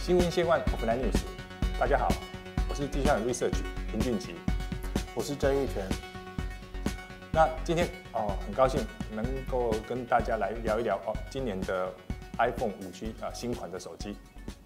新闻千万 Offline News， 大家好，我是地下 Research 林俊吉， 我是曾玉泉。 那今天很高兴能够跟大家来聊一聊今年的 iPhone 5G 新款的手机。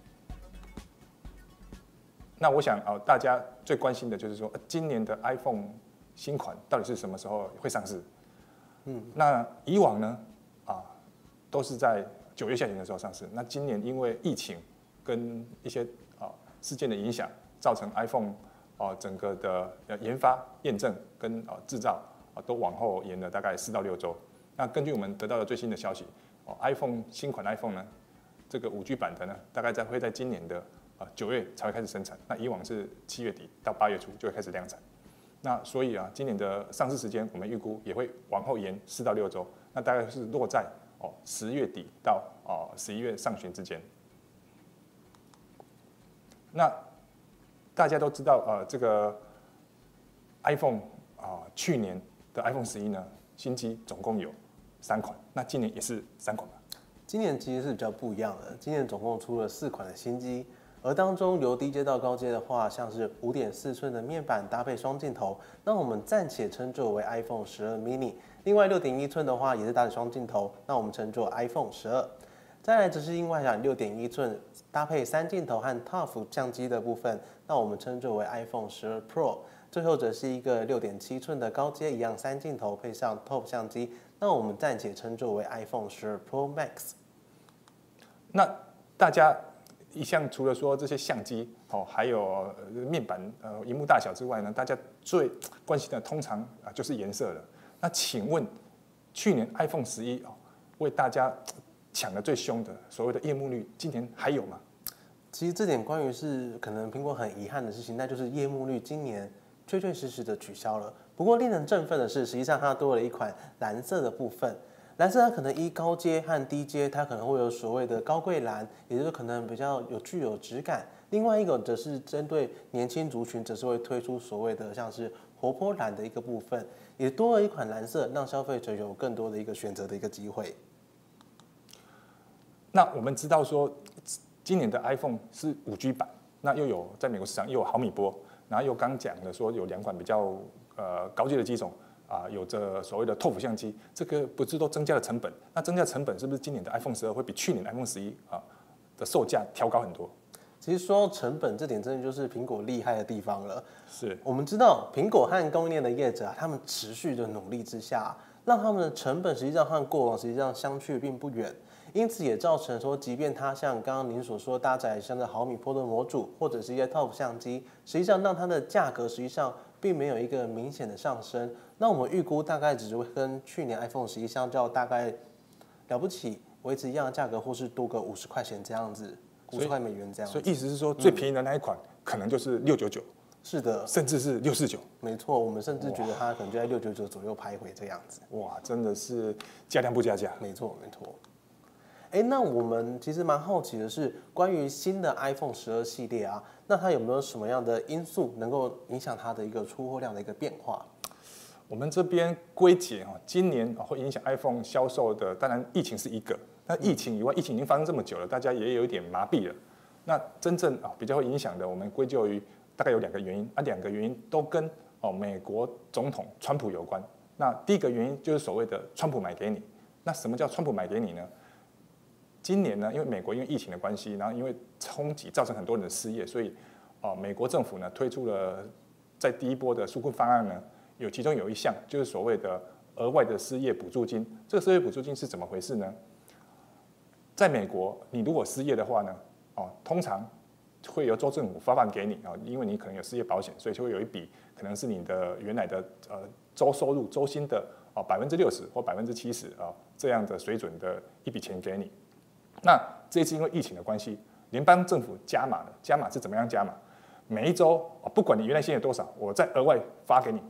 那我想大家最关心的就是说，今年的 iPhone 新款到底是什么时候会上市？那以往呢都是在9月下旬的时候上市。那今年因为疫情跟一些事件的影响，造成 iPhone 整个的研发、验证跟制造都往后延了大概4到6周。那根据我们得到的最新的消息，iPhone 新款 iPhone 呢，这个5G 版的呢，大概会在今年的9月才会开始生产。那以往是7月底到8月初就会开始量产。那所以今年的上市时间我们预估也会往后延4到6周。那大概是落在10月底到11月上旬之间。那大家都知道这个 iPhone 去年的 iPhone 11呢，新机总共有3款，那今年也是3款吧？ 今年其实是比较不一样的，今年总共出了4款的新机，而当中由低阶到高阶的话，像是5.4寸的面板搭配双镜头，那我们暂且称作为 iPhone 12 mini。另外6.1寸的话也是搭载双镜头，那我们称作 iPhone 12。再来则是另外讲6.1寸搭配3镜头和 TOF 相机的部分，那我们称作为 iPhone 12 Pro。最后则是一个6.7寸的高阶，一样3镜头配上 TOF 相机，那我们暂且称作为 iPhone 12 Pro Max。 那大家一向除了说这些相机还有面板萤幕大小之外呢，大家最关心的通常就是颜色了。那请问去年 iPhone 11为大家抢得最凶的所谓的夜幕率，今年还有吗？ 其实这点关于是可能苹果很遗憾的事情，那就是夜幕率今年确确实实的取消了。不过令人振奋的是，实际上它多了一款蓝色的部分。蓝色它可能依高阶和低阶，它可能会有所谓的高贵蓝，也就是可能比较具有质感。另外一个则是针对年轻族群，则是会推出所谓的像是活泼蓝的一个部分，也多了一款蓝色，让消费者有更多的一个选择的一个机会。 那我们知道说，今年的 iPhone 是5G 版，那又有在美国市场又有毫米波，然后又刚讲了说有2款比较高阶的机种有着所谓的TOF 相机，这个不是都增加了成本？那增加成本是不是今年的 iPhone 12会比去年的 iPhone 11的售价调高很多？ 其实说到成本这点，真的就是苹果厉害的地方了。 是我们知道苹果和供应链的业者他们持续的努力之下，让他们的成本实际上和过往实际上相去并不远。因此也造成说，即便它像刚刚您所说搭载像毫米波的模组，或者是一些 TOF 相机，实际上让它的价格实际上并没有一个明显的上升。那我们预估大概只会跟去年 iPhone 11相较，大概了不起维持一样的价格，或是多个50块钱这样子，50块美元这样子。 所以意思是说，最便宜的那一款可能就是699。 是的， 甚至是649。 没错，我们甚至觉得它可能就在699左右徘徊这样子。 哇，真的是加量不加价。 没错，没错。那我们其实蛮好奇的是，关于新的 iPhone 12系列那它有没有什么样的因素能够影响它的一个出货量的一个变化？ 我们这边归结今年会影响 iPhone 销售的，当然疫情是一个，那疫情以外，疫情已经发生这么久了，大家也有一点麻痹了。那真正比较会影响的，我们归咎于大概有2个原因，2个原因都跟美国总统川普有关。那第一个原因就是所谓的川普买给你。那什么叫川普买给你呢？今年呢，因为美国因为疫情的关系，然后因为冲击造成很多人的失业，所以美国政府呢推出了在第一波的纾困方案呢，其中有一项就是所谓的额外的失业补助金。这个失业补助金是怎么回事呢？在美国，你如果失业的话呢，通常会由州政府发放给你因为你可能有失业保险，所以就会有一笔可能是你的原来的州收入州薪的60%或70%这样的水准的一笔钱给你。那这次因为疫情的关系，联邦政府加码了。加码是怎么样加码？每一周不管你原来薪水多少，我再额外发给你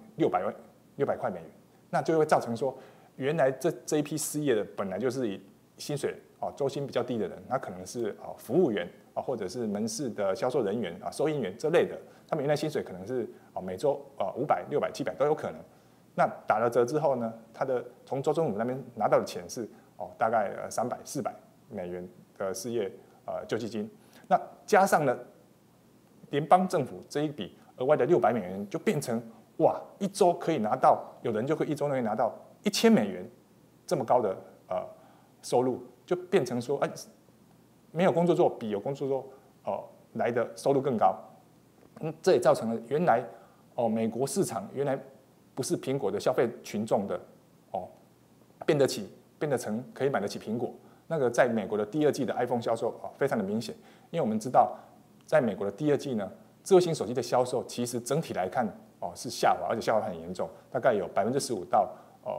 600块美元。那就会造成说，原来这一批失业的本来就是以薪水周薪比较低的人，他可能是服务员或者是门市的销售人员收银员这类的，他们原来薪水可能是每周500、600、700都有可能。那打了折之后呢，他的从州政府那边拿到的钱是大概300、400美元的失业救济金。 那加上了联邦政府这一笔额外的$600，就变成哇，一周可以拿到，有人就会一周可以拿到$1000这么高的收入，就变成说，没有工作做比有工作做来的收入更高。这也造成了原来美国市场原来不是苹果的消费群众的变得成可以买得起苹果。那个在美国的第二季的 iPhone 销售非常的明显，因为我们知道在美国的第二季呢，智慧型手机的销售其实整体来看是下滑，而且下滑很严重，大概有15%到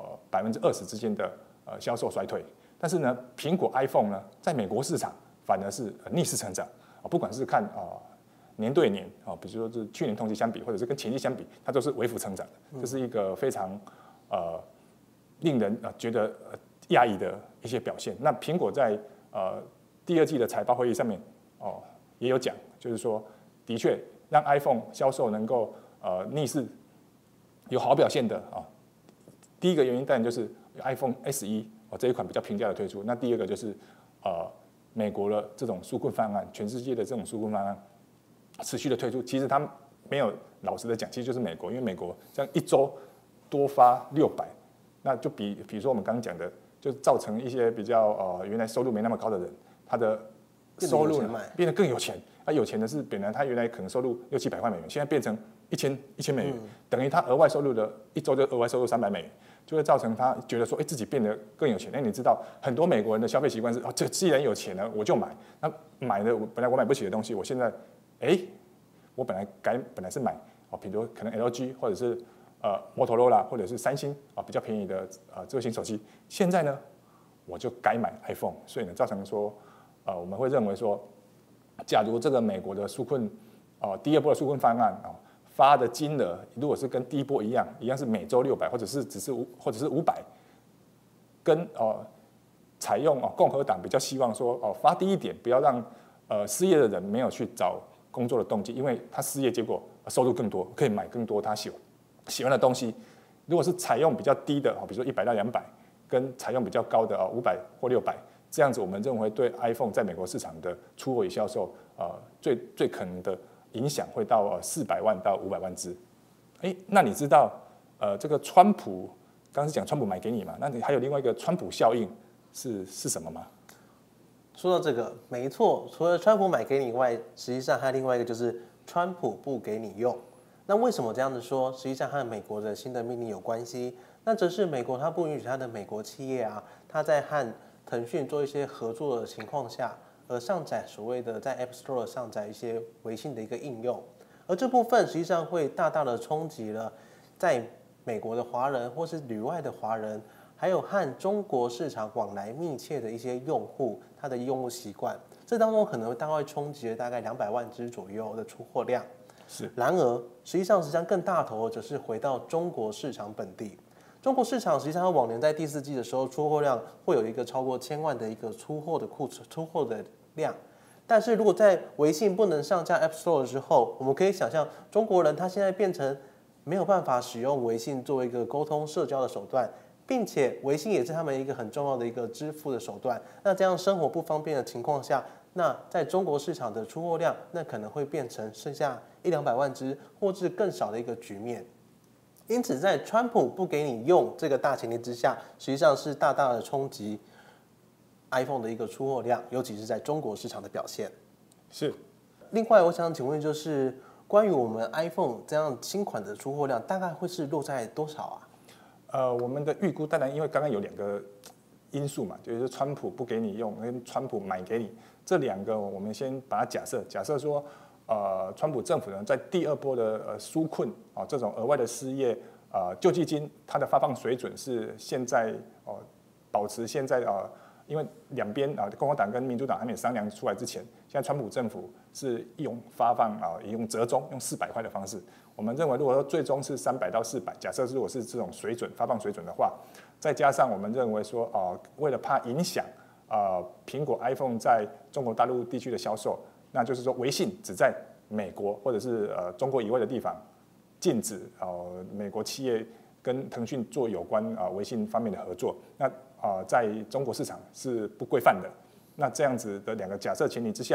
20%之间的销售衰退。但是呢，苹果 iPhone 呢，在美国市场反而是逆势成长不管是看年对年比如说是去年同期相比，或者是跟前期相比，它都是微幅成长的，这是一个非常令人觉得讶异的一些表现。那苹果在第二季的财报会议上面也有讲，就是说的确让 iPhone 销售能够逆势有好表现的第一个原因当然就是 iPhone SE 这一款比较平价的推出。那第二个就是美国的这种纾困方案，全世界的这种纾困方案持续的推出。其实它没有老实的讲，其实就是美国，因为美国这样一周多发600，那就比如说我们刚刚讲的，就造成一些比较原来收入没那么高的人，他的收入变得更有钱。有钱的是本来他原来可能收入$600-700，现在变成$1000，等于他额外收入的一周就额外收入$300，就会造成他觉得说，自己变得更有钱。那你知道很多美国人的消费习惯是这既然有钱了我就买，那买的本来我买不起的东西，我现在我本来是买比如可能 LG 或者是Motorola 或者是三星比较便宜的智慧型手机，现在呢我就该买 iPhone， 所以呢造成说我们会认为说，假如这个美国的纾困第二波的纾困方案发的金额如果是跟第一波一样是每周600，或者是500，跟采用共和党比较希望说发低一点，不要让失业的人没有去找工作的动机，因为他失业结果收入更多，可以买更多他喜欢的东西。如果是采用比较低的比如说100到200，跟采用比较高的500或600，这样子我们认为对 iPhone 在美国市场的出货与销售最可能的影响会到400万到500万只。那你知道这个川普刚刚是讲川普买给你嘛？那你还有另外一个川普效应是什么吗？ 说到这个，没错，除了川普买给你以外，实际上还有另外一个就是川普不给你用。那为什么这样子说？实际上和美国的新的命令有关系。那则是美国它不允许它的美国企业它在和腾讯做一些合作的情况下，而上载所谓的在 App Store 上载一些微信的一个应用，而这部分实际上会大大的冲击了在美国的华人或是旅外的华人，还有和中国市场往来密切的一些用户，他的用户习惯，这当中可能大概冲击了大概200万只左右的出货量。然而实际上更大头则是回到中国市场本地。中国市场实际上往年在第4季的时候，出货量会有一个超过1000万的一个出货的量。但是如果在微信不能上架 App Store 之后，我们可以想象中国人他现在变成没有办法使用微信作为一个沟通社交的手段，并且微信也是他们一个很重要的一个支付的手段。那这样生活不方便的情况下，那在中国市场的出货量，那可能会变成剩下100-200万只，或是更少的一个局面。因此，在川普不给你用这个大前提之下，实际上是大大的冲击 iPhone 的一个出货量，尤其是在中国市场的表现。 是。 另外，我想请问就是关于我们 iPhone 这样新款的出货量，大概会是落在多少我们的预估当然因为刚刚有2个因素嘛，就是川普不给你用跟川普买给你这2个，我们先把它假设说。川普政府呢，在第2波的纾困这种额外的失业救济金，它的发放水准是现在保持现在因为两边共和党跟民主党还没有商量出来之前，现在川普政府是用发放用折中用400块的方式。我们认为，如果说最终是300到400，假设如果是这种水准发放水准的话，再加上我们认为说为了怕影响苹果 iPhone 在中国大陆地区的销售。那就是说，微信只在美国或者是中国以外的地方禁止美国企业跟腾讯做有关微信方面的合作。那在中国市场是不规范的。那这样子的2个假设前提之下，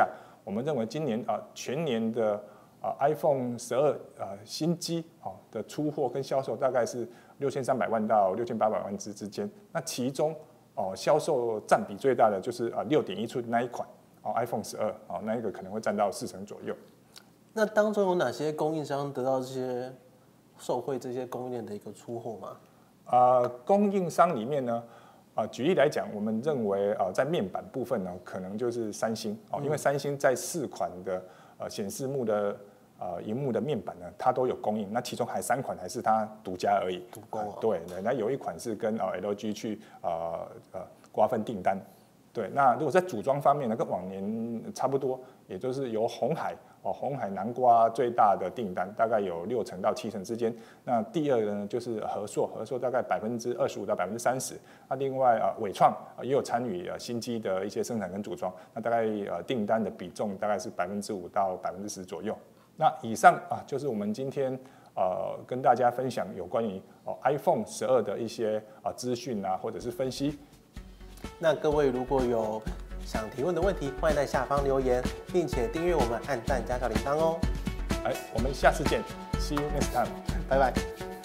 我们认为今年全年的iPhone 12新机的出货跟销售大概是6300万到6800万只之间。那其中销售占比最大的就是6.1寸那一款iPhone 12那一个可能会占到40%左右。 那当中有哪些供应商得到这些受惠这些供应链的一个出货吗？ 供应商里面呢，举例来讲，我们认为在面板部分呢，可能就是三星因为三星在4款的显示幕的萤幕的面板呢，它都有供应。那其中还3款还是它独家而已。 独供对，那有一款是跟LG 去瓜分订单。对，那如果在组装方面呢，跟往年差不多，也就是由鸿海南瓜最大的订单，大概有60%到70%之间。那第二个呢就是和硕大概25%到30%。那另外伟创也有参与新机的一些生产跟组装，那大概订单的比重大概是5%到10%左右。那以上就是我们今天跟大家分享有关于iPhone 12的一些资讯或者是分析。 那各位如果有想提问的问题，欢迎在下方留言，并且订阅我们，按赞加小铃铛哦。 我们下次见 ，See you next time， 拜拜。